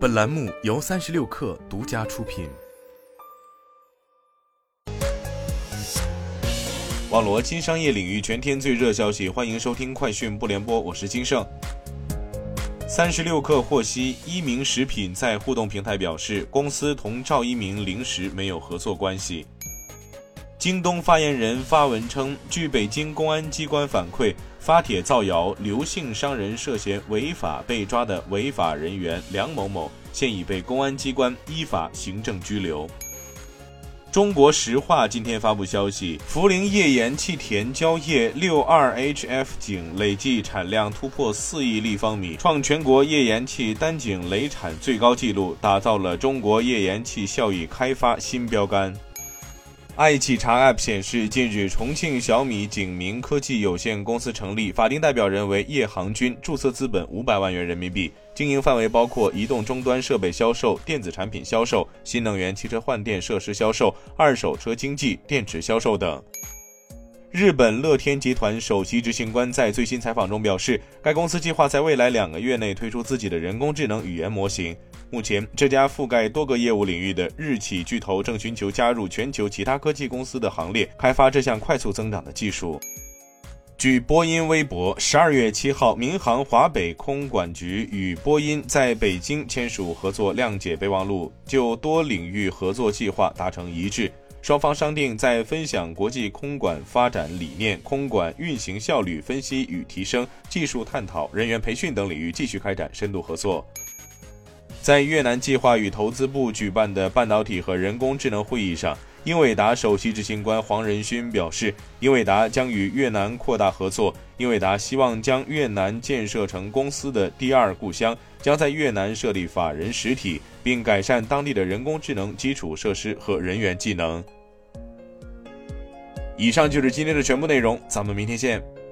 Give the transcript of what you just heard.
本栏目由36氪独家出品。网罗新商业领域全天最热消息，欢迎收听快讯不联播，我是金盛。36氪获悉，一鸣食品在互动平台表示，公司同赵一鸣零食没有合作关系。京东发言人发文称，据北京公安机关反馈，发帖造谣刘姓商人涉嫌违法被抓的违法人员梁某某，现已被公安机关依法行政拘留。中国石化今天发布消息，涪陵页岩气田胶液 62HF 井累计产量突破4亿立方米，创全国页岩气单井累产最高纪录，打造了中国页岩气效益开发新标杆。爱企查 App 显示，近日重庆小米景明科技有限公司成立，法定代表人为叶航军，注册资本500万元人民币，经营范围包括移动终端设备销售、电子产品销售、新能源汽车换电设施销售、二手车经纪、电池销售等。日本乐天集团首席执行官在最新采访中表示，该公司计划在未来2个月内推出自己的人工智能语言模型。目前，这家覆盖多个业务领域的日企巨头正寻求加入全球其他科技公司的行列，开发这项快速增长的技术。据波音微博，12月7号，民航华北空管局与波音在北京签署合作谅解备忘录，就多领域合作计划达成一致。双方商定在分享国际空管发展理念、空管运行效率分析与提升、技术探讨、人员培训等领域继续开展深度合作。在越南计划与投资部举办的半导体和人工智能会议上，英伟达首席执行官黄仁勋表示，英伟达将与越南扩大合作，英伟达希望将越南建设成公司的第二故乡，将在越南设立法人实体，并改善当地的人工智能基础设施和人员技能。以上就是今天的全部内容，咱们明天见。